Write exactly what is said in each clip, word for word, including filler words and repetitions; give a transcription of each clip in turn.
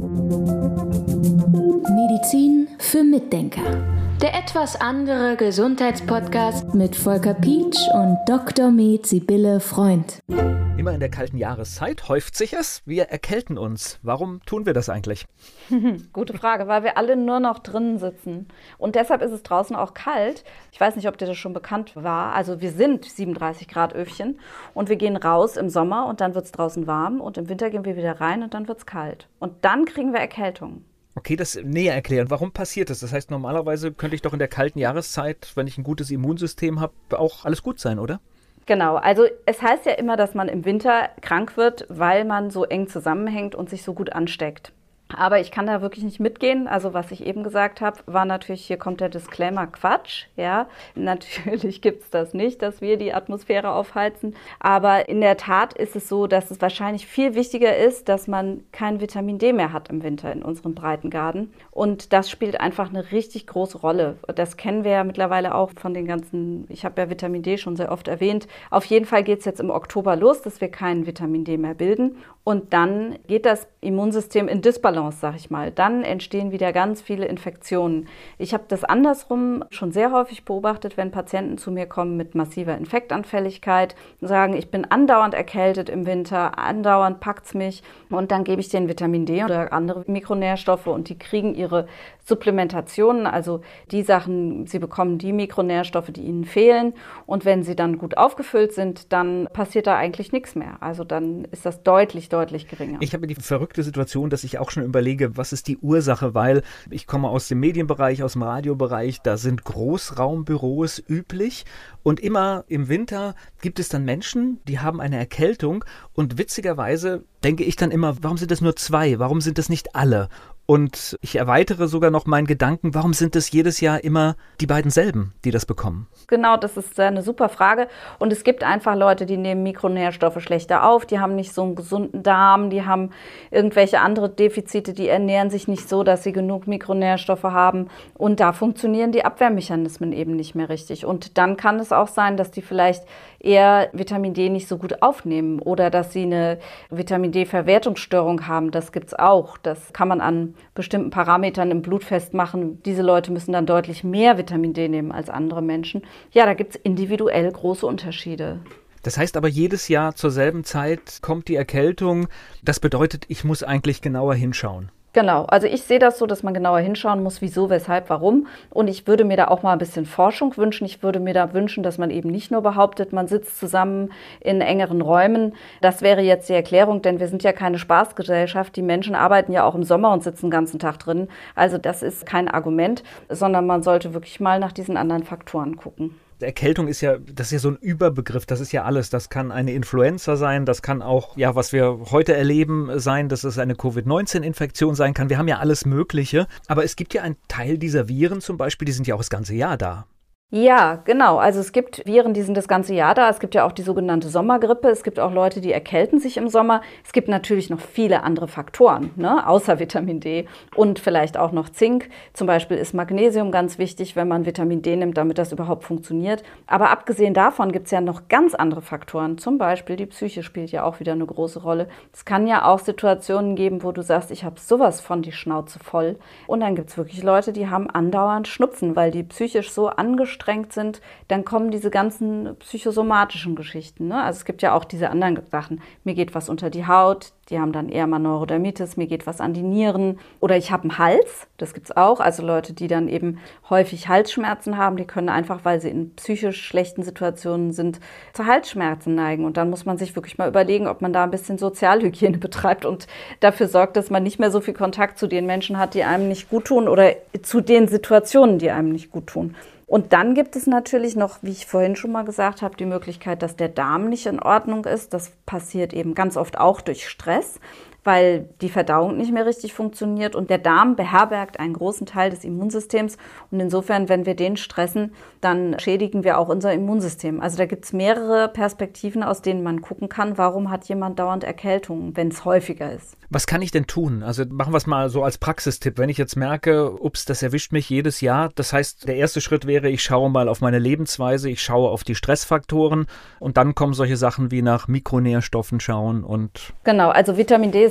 Medizin für Mitdenker. Der etwas andere Gesundheitspodcast mit Volker Pietsch und Doktor Med Sibylle Freund. Immer in der kalten Jahreszeit häuft sich es. Wir erkälten uns. Warum tun wir das eigentlich? Gute Frage, weil wir alle nur noch drinnen sitzen. Und deshalb ist es draußen auch kalt. Ich weiß nicht, ob dir das schon bekannt war. Also wir sind siebenunddreißig Grad Öfchen und wir gehen raus im Sommer und dann wird es draußen warm und im Winter gehen wir wieder rein und dann wird es kalt. Und dann kriegen wir Erkältungen. Okay, das näher erklären. Warum passiert das? Das heißt, normalerweise könnte ich doch in der kalten Jahreszeit, wenn ich ein gutes Immunsystem habe, auch alles gut sein, oder? Genau, also es heißt ja immer, dass man im Winter krank wird, weil man so eng zusammenhängt und sich so gut ansteckt. Aber ich kann da wirklich nicht mitgehen. Also was ich eben gesagt habe, war natürlich, hier kommt der Disclaimer, Quatsch. Ja, natürlich gibt es das nicht, dass wir die Atmosphäre aufheizen. Aber in der Tat ist es so, dass es wahrscheinlich viel wichtiger ist, dass man kein Vitamin D mehr hat im Winter in unseren Breitengraden. Und das spielt einfach eine richtig große Rolle. Das kennen wir ja mittlerweile auch von den ganzen, ich habe ja Vitamin D schon sehr oft erwähnt. Auf jeden Fall geht es jetzt im Oktober los, dass wir kein Vitamin D mehr bilden. Und dann geht das Immunsystem in Disbalance, sag ich mal. Dann entstehen wieder ganz viele Infektionen. Ich habe das andersrum schon sehr häufig beobachtet, wenn Patienten zu mir kommen mit massiver Infektanfälligkeit und sagen, ich bin andauernd erkältet im Winter, andauernd packt's mich. Und dann gebe ich denen Vitamin D oder andere Mikronährstoffe und die kriegen ihre Supplementationen, also die Sachen, sie bekommen die Mikronährstoffe, die ihnen fehlen. Und wenn sie dann gut aufgefüllt sind, dann passiert da eigentlich nichts mehr. Also dann ist das deutlich, deutlich geringer. Ich habe die verrückte Situation, dass ich auch schon überlege, was ist die Ursache, weil ich komme aus dem Medienbereich, aus dem Radiobereich, da sind Großraumbüros üblich und immer im Winter gibt es dann Menschen, die haben eine Erkältung und witzigerweise denke ich dann immer, warum sind das nur zwei, warum sind das nicht alle? Und ich erweitere sogar noch meinen Gedanken, warum sind es jedes Jahr immer die beiden selben, die das bekommen? Genau, das ist eine super Frage. Und es gibt einfach Leute, die nehmen Mikronährstoffe schlechter auf, die haben nicht so einen gesunden Darm, die haben irgendwelche andere Defizite, die ernähren sich nicht so, dass sie genug Mikronährstoffe haben. Und da funktionieren die Abwehrmechanismen eben nicht mehr richtig. Und dann kann es auch sein, dass die vielleicht eher Vitamin D nicht so gut aufnehmen oder dass sie eine Vitamin D-Verwertungsstörung haben. Das gibt's auch. Das kann man an bestimmten Parametern im Blut festmachen. Diese Leute müssen dann deutlich mehr Vitamin D nehmen als andere Menschen. Ja, da gibt's individuell große Unterschiede. Das heißt aber, jedes Jahr zur selben Zeit kommt die Erkältung. Das bedeutet, ich muss eigentlich genauer hinschauen. Genau, also ich sehe das so, dass man genauer hinschauen muss, wieso, weshalb, warum. Und ich würde mir da auch mal ein bisschen Forschung wünschen. Ich würde mir da wünschen, dass man eben nicht nur behauptet, man sitzt zusammen in engeren Räumen. Das wäre jetzt die Erklärung, denn wir sind ja keine Spaßgesellschaft. Die Menschen arbeiten ja auch im Sommer und sitzen den ganzen Tag drin. Also das ist kein Argument, sondern man sollte wirklich mal nach diesen anderen Faktoren gucken. Erkältung ist ja, das ist ja so ein Überbegriff, das ist ja alles. Das kann eine Influenza sein, das kann auch, ja, was wir heute erleben, sein, dass es eine Covid neunzehn Infektion sein kann. Wir haben ja alles Mögliche, aber es gibt ja einen Teil dieser Viren zum Beispiel, die sind ja auch das ganze Jahr da. Ja, genau. Also es gibt Viren, die sind das ganze Jahr da. Es gibt ja auch die sogenannte Sommergrippe. Es gibt auch Leute, die erkälten sich im Sommer. Es gibt natürlich noch viele andere Faktoren, ne, außer Vitamin D und vielleicht auch noch Zink. Zum Beispiel ist Magnesium ganz wichtig, wenn man Vitamin D nimmt, damit das überhaupt funktioniert. Aber abgesehen davon gibt es ja noch ganz andere Faktoren. Zum Beispiel die Psyche spielt ja auch wieder eine große Rolle. Es kann ja auch Situationen geben, wo du sagst, ich habe sowas von die Schnauze voll. Und dann gibt es wirklich Leute, die haben andauernd Schnupfen, weil die psychisch so angestrengt sind, dann kommen diese ganzen psychosomatischen Geschichten. Ne? Also es gibt ja auch diese anderen Sachen. Mir geht was unter die Haut, die haben dann eher mal Neurodermitis, mir geht was an die Nieren. Oder ich habe einen Hals, das gibt es auch. Also Leute, die dann eben häufig Halsschmerzen haben, die können einfach, weil sie in psychisch schlechten Situationen sind, zu Halsschmerzen neigen. Und dann muss man sich wirklich mal überlegen, ob man da ein bisschen Sozialhygiene betreibt und dafür sorgt, dass man nicht mehr so viel Kontakt zu den Menschen hat, die einem nicht gut tun oder zu den Situationen, die einem nicht gut tun. Und dann gibt es natürlich noch, wie ich vorhin schon mal gesagt habe, die Möglichkeit, dass der Darm nicht in Ordnung ist. Das passiert eben ganz oft auch durch Stress, weil die Verdauung nicht mehr richtig funktioniert. Und der Darm beherbergt einen großen Teil des Immunsystems. Und insofern, wenn wir den stressen, dann schädigen wir auch unser Immunsystem. Also da gibt es mehrere Perspektiven, aus denen man gucken kann, warum hat jemand dauernd Erkältungen, wenn es häufiger ist. Was kann ich denn tun? Also machen wir es mal so als Praxistipp. Wenn ich jetzt merke, ups, das erwischt mich jedes Jahr. Das heißt, der erste Schritt wäre, ich schaue mal auf meine Lebensweise, ich schaue auf die Stressfaktoren und dann kommen solche Sachen wie nach Mikronährstoffen schauen und... Genau, also Vitamin D ist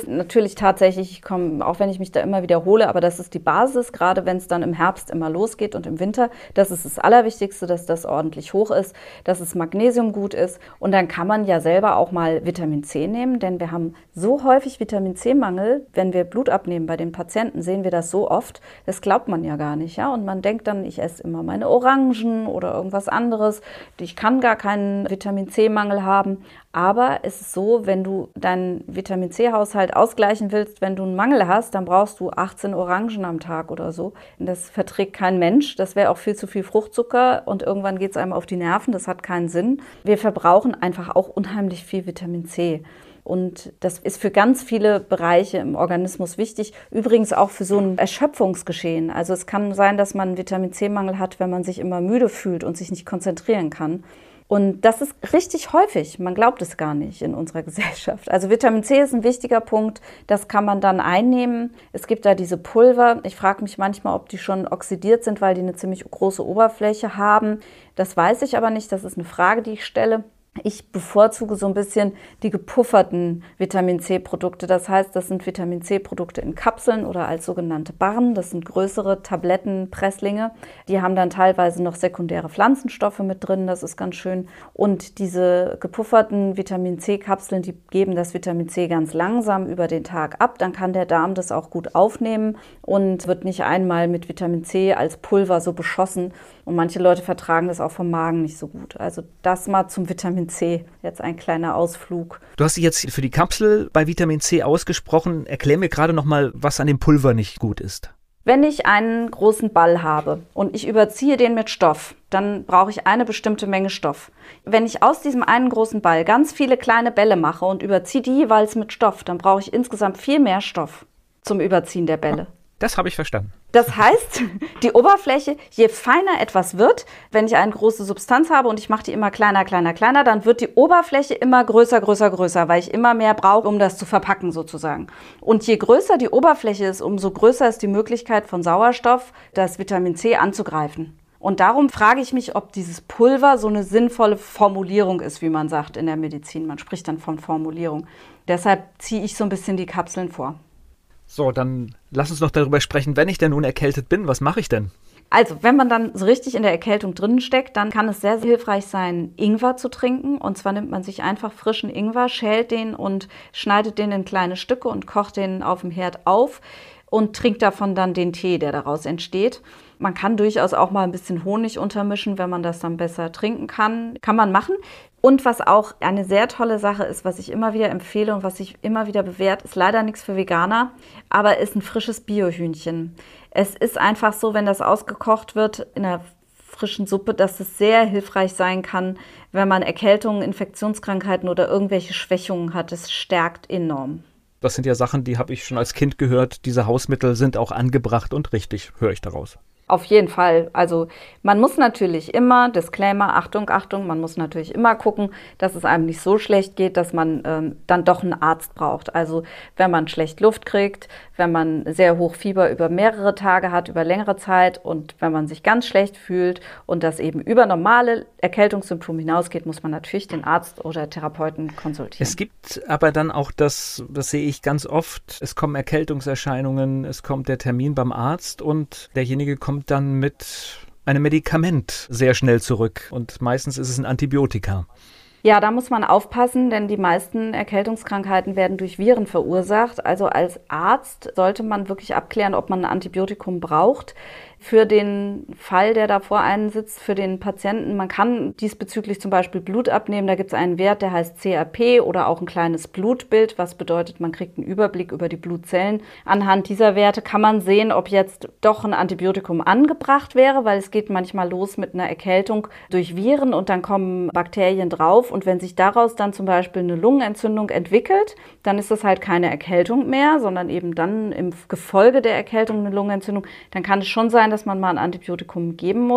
ist natürlich tatsächlich, ich komme, auch wenn ich mich da immer wiederhole, aber das ist die Basis, gerade wenn es dann im Herbst immer losgeht und im Winter. Das ist das Allerwichtigste, dass das ordentlich hoch ist, dass das Magnesium gut ist. Und dann kann man ja selber auch mal Vitamin C nehmen, denn wir haben so häufig Vitamin C-Mangel, wenn wir Blut abnehmen bei den Patienten, sehen wir das so oft, das glaubt man ja gar nicht. Ja? Und man denkt dann, ich esse immer meine Orangen oder irgendwas anderes, ich kann gar keinen Vitamin C-Mangel haben. Aber es ist so, wenn du deinen Vitamin C-Haushalt ausgleichen willst, wenn du einen Mangel hast, dann brauchst du achtzehn Orangen am Tag oder so. Und das verträgt kein Mensch. Das wäre auch viel zu viel Fruchtzucker und irgendwann geht es einem auf die Nerven. Das hat keinen Sinn. Wir verbrauchen einfach auch unheimlich viel Vitamin C. Und das ist für ganz viele Bereiche im Organismus wichtig. Übrigens auch für so ein Erschöpfungsgeschehen. Also es kann sein, dass man einen Vitamin C-Mangel hat, wenn man sich immer müde fühlt und sich nicht konzentrieren kann. Und das ist richtig häufig, man glaubt es gar nicht in unserer Gesellschaft. Also Vitamin C ist ein wichtiger Punkt, das kann man dann einnehmen. Es gibt da diese Pulver, ich frage mich manchmal, ob die schon oxidiert sind, weil die eine ziemlich große Oberfläche haben. Das weiß ich aber nicht, das ist eine Frage, die ich stelle. Ich bevorzuge so ein bisschen die gepufferten Vitamin-C-Produkte. Das heißt, das sind Vitamin-C-Produkte in Kapseln oder als sogenannte Barren. Das sind größere Tablettenpresslinge. Die haben dann teilweise noch sekundäre Pflanzenstoffe mit drin. Das ist ganz schön. Und diese gepufferten Vitamin-C-Kapseln, die geben das Vitamin C ganz langsam über den Tag ab. Dann kann der Darm das auch gut aufnehmen und wird nicht einmal mit Vitamin C als Pulver so beschossen. Und manche Leute vertragen das auch vom Magen nicht so gut. Also das mal zum Vitamin C. Jetzt ein kleiner Ausflug. Du hast dich jetzt für die Kapsel bei Vitamin C ausgesprochen. Erklär mir gerade noch mal, was an dem Pulver nicht gut ist. Wenn ich einen großen Ball habe und ich überziehe den mit Stoff, dann brauche ich eine bestimmte Menge Stoff. Wenn ich aus diesem einen großen Ball ganz viele kleine Bälle mache und überziehe die jeweils mit Stoff, dann brauche ich insgesamt viel mehr Stoff zum Überziehen der Bälle. Das habe ich verstanden. Das heißt, die Oberfläche, je feiner etwas wird, wenn ich eine große Substanz habe und ich mache die immer kleiner, kleiner, kleiner, dann wird die Oberfläche immer größer, größer, größer, weil ich immer mehr brauche, um das zu verpacken sozusagen. Und je größer die Oberfläche ist, umso größer ist die Möglichkeit von Sauerstoff, das Vitamin C anzugreifen. Und darum frage ich mich, ob dieses Pulver so eine sinnvolle Formulierung ist, wie man sagt in der Medizin. Man spricht dann von Formulierung. Deshalb ziehe ich so ein bisschen die Kapseln vor. So, dann lass uns noch darüber sprechen, wenn ich denn nun erkältet bin, was mache ich denn? Also, wenn man dann so richtig in der Erkältung drinnen steckt, dann kann es sehr, sehr hilfreich sein, Ingwer zu trinken. Und zwar nimmt man sich einfach frischen Ingwer, schält den und schneidet den in kleine Stücke und kocht den auf dem Herd auf und trinkt davon dann den Tee, der daraus entsteht. Man kann durchaus auch mal ein bisschen Honig untermischen, wenn man das dann besser trinken kann. Kann man machen. Und was auch eine sehr tolle Sache ist, was ich immer wieder empfehle und was sich immer wieder bewährt, ist leider nichts für Veganer, aber ist ein frisches Biohühnchen. Es ist einfach so, wenn das ausgekocht wird in einer frischen Suppe, dass es sehr hilfreich sein kann, wenn man Erkältungen, Infektionskrankheiten oder irgendwelche Schwächungen hat. Es stärkt enorm. Das sind ja Sachen, die habe ich schon als Kind gehört. Diese Hausmittel sind auch angebracht und richtig, höre ich daraus. Auf jeden Fall. Also man muss natürlich immer, Disclaimer, Achtung, Achtung, man muss natürlich immer gucken, dass es einem nicht so schlecht geht, dass man ähm, dann doch einen Arzt braucht. Also wenn man schlecht Luft kriegt, wenn man sehr hoch Fieber über mehrere Tage hat, über längere Zeit und wenn man sich ganz schlecht fühlt und das eben über normale Erkältungssymptome hinausgeht, muss man natürlich den Arzt oder Therapeuten konsultieren. Es gibt aber dann auch das, das sehe ich ganz oft, es kommen Erkältungserscheinungen, es kommt der Termin beim Arzt und derjenige kommt dann mit einem Medikament sehr schnell zurück und meistens ist es ein Antibiotika. Ja, da muss man aufpassen, denn die meisten Erkältungskrankheiten werden durch Viren verursacht. Also als Arzt sollte man wirklich abklären, ob man ein Antibiotikum braucht. Für den Fall, der da vor einem sitzt, für den Patienten, man kann diesbezüglich zum Beispiel Blut abnehmen. Da gibt es einen Wert, der heißt C R P oder auch ein kleines Blutbild, was bedeutet, man kriegt einen Überblick über die Blutzellen. Anhand dieser Werte kann man sehen, ob jetzt doch ein Antibiotikum angebracht wäre, weil es geht manchmal los mit einer Erkältung durch Viren und dann kommen Bakterien drauf. Und wenn sich daraus dann zum Beispiel eine Lungenentzündung entwickelt, dann ist das halt keine Erkältung mehr, sondern eben dann im Gefolge der Erkältung eine Lungenentzündung. Dann kann es schon sein, dass man mal ein Antibiotikum geben muss.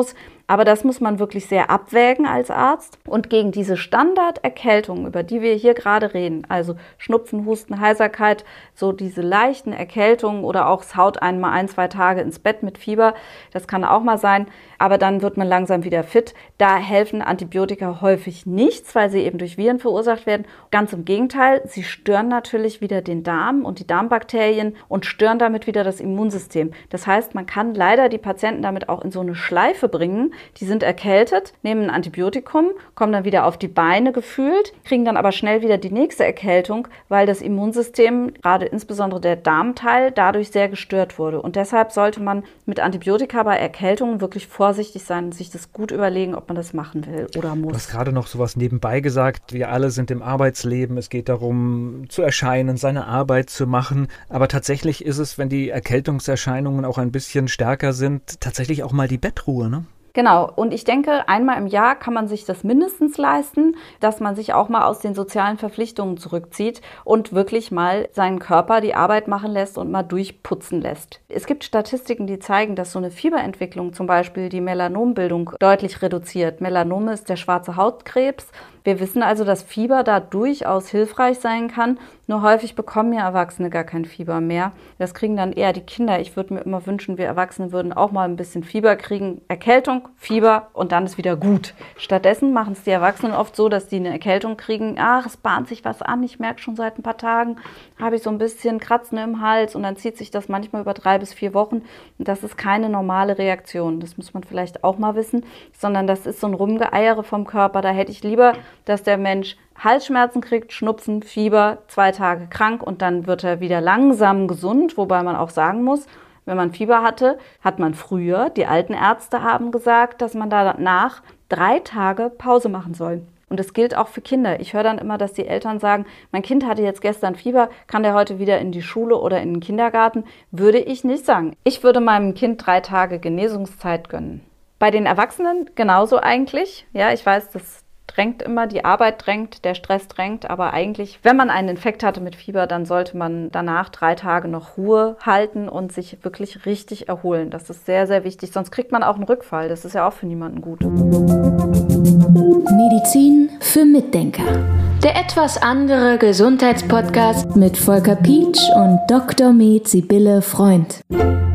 Aber das muss man wirklich sehr abwägen als Arzt. Und gegen diese Standarderkältungen, über die wir hier gerade reden, also Schnupfen, Husten, Heiserkeit, so diese leichten Erkältungen oder auch es haut einen mal ein, zwei Tage ins Bett mit Fieber, das kann auch mal sein, aber dann wird man langsam wieder fit. Da helfen Antibiotika häufig nichts, weil sie eben durch Viren verursacht werden. Ganz im Gegenteil, sie stören natürlich wieder den Darm und die Darmbakterien und stören damit wieder das Immunsystem. Das heißt, man kann leider die Patienten damit auch in so eine Schleife bringen. Die sind erkältet, nehmen ein Antibiotikum, kommen dann wieder auf die Beine gefühlt, kriegen dann aber schnell wieder die nächste Erkältung, weil das Immunsystem, gerade insbesondere der Darmteil, dadurch sehr gestört wurde. Und deshalb sollte man mit Antibiotika bei Erkältungen wirklich vorsichtig sein und sich das gut überlegen, ob man das machen will oder muss. Du hast gerade noch sowas nebenbei gesagt, wir alle sind im Arbeitsleben, es geht darum zu erscheinen, seine Arbeit zu machen, aber tatsächlich ist es, wenn die Erkältungserscheinungen auch ein bisschen stärker sind, tatsächlich auch mal die Bettruhe, ne? Genau. Und ich denke, einmal im Jahr kann man sich das mindestens leisten, dass man sich auch mal aus den sozialen Verpflichtungen zurückzieht und wirklich mal seinen Körper die Arbeit machen lässt und mal durchputzen lässt. Es gibt Statistiken, die zeigen, dass so eine Fieberentwicklung zum Beispiel die Melanombildung deutlich reduziert. Melanom ist der schwarze Hautkrebs. Wir wissen also, dass Fieber da durchaus hilfreich sein kann. Nur häufig bekommen ja Erwachsene gar kein Fieber mehr. Das kriegen dann eher die Kinder. Ich würde mir immer wünschen, wir Erwachsene würden auch mal ein bisschen Fieber kriegen. Erkältung, Fieber und dann ist wieder gut. Stattdessen machen es die Erwachsenen oft so, dass die eine Erkältung kriegen. Ach, es bahnt sich was an. Ich merke schon seit ein paar Tagen, habe ich so ein bisschen Kratzen im Hals und dann zieht sich das manchmal über drei bis vier Wochen. Und das ist keine normale Reaktion. Das muss man vielleicht auch mal wissen, sondern das ist so ein Rumgeeiere vom Körper. Da hätte ich lieber, dass der Mensch Halsschmerzen kriegt, Schnupfen, Fieber, zwei Tage krank und dann wird er wieder langsam gesund, wobei man auch sagen muss, wenn man Fieber hatte, hat man früher, die alten Ärzte haben gesagt, dass man danach drei Tage Pause machen soll. Und das gilt auch für Kinder. Ich höre dann immer, dass die Eltern sagen, mein Kind hatte jetzt gestern Fieber, kann der heute wieder in die Schule oder in den Kindergarten? Würde ich nicht sagen. Ich würde meinem Kind drei Tage Genesungszeit gönnen. Bei den Erwachsenen genauso eigentlich. Ja, ich weiß, das drängt immer, die Arbeit drängt, der Stress drängt, aber eigentlich, wenn man einen Infekt hatte mit Fieber, dann sollte man danach drei Tage noch Ruhe halten und sich wirklich richtig erholen. Das ist sehr, sehr wichtig, sonst kriegt man auch einen Rückfall. Das ist ja auch für niemanden gut. Medizin für Mitdenker. Der etwas andere Gesundheitspodcast mit Volker Pietsch und Doktor Med Sibylle Freund.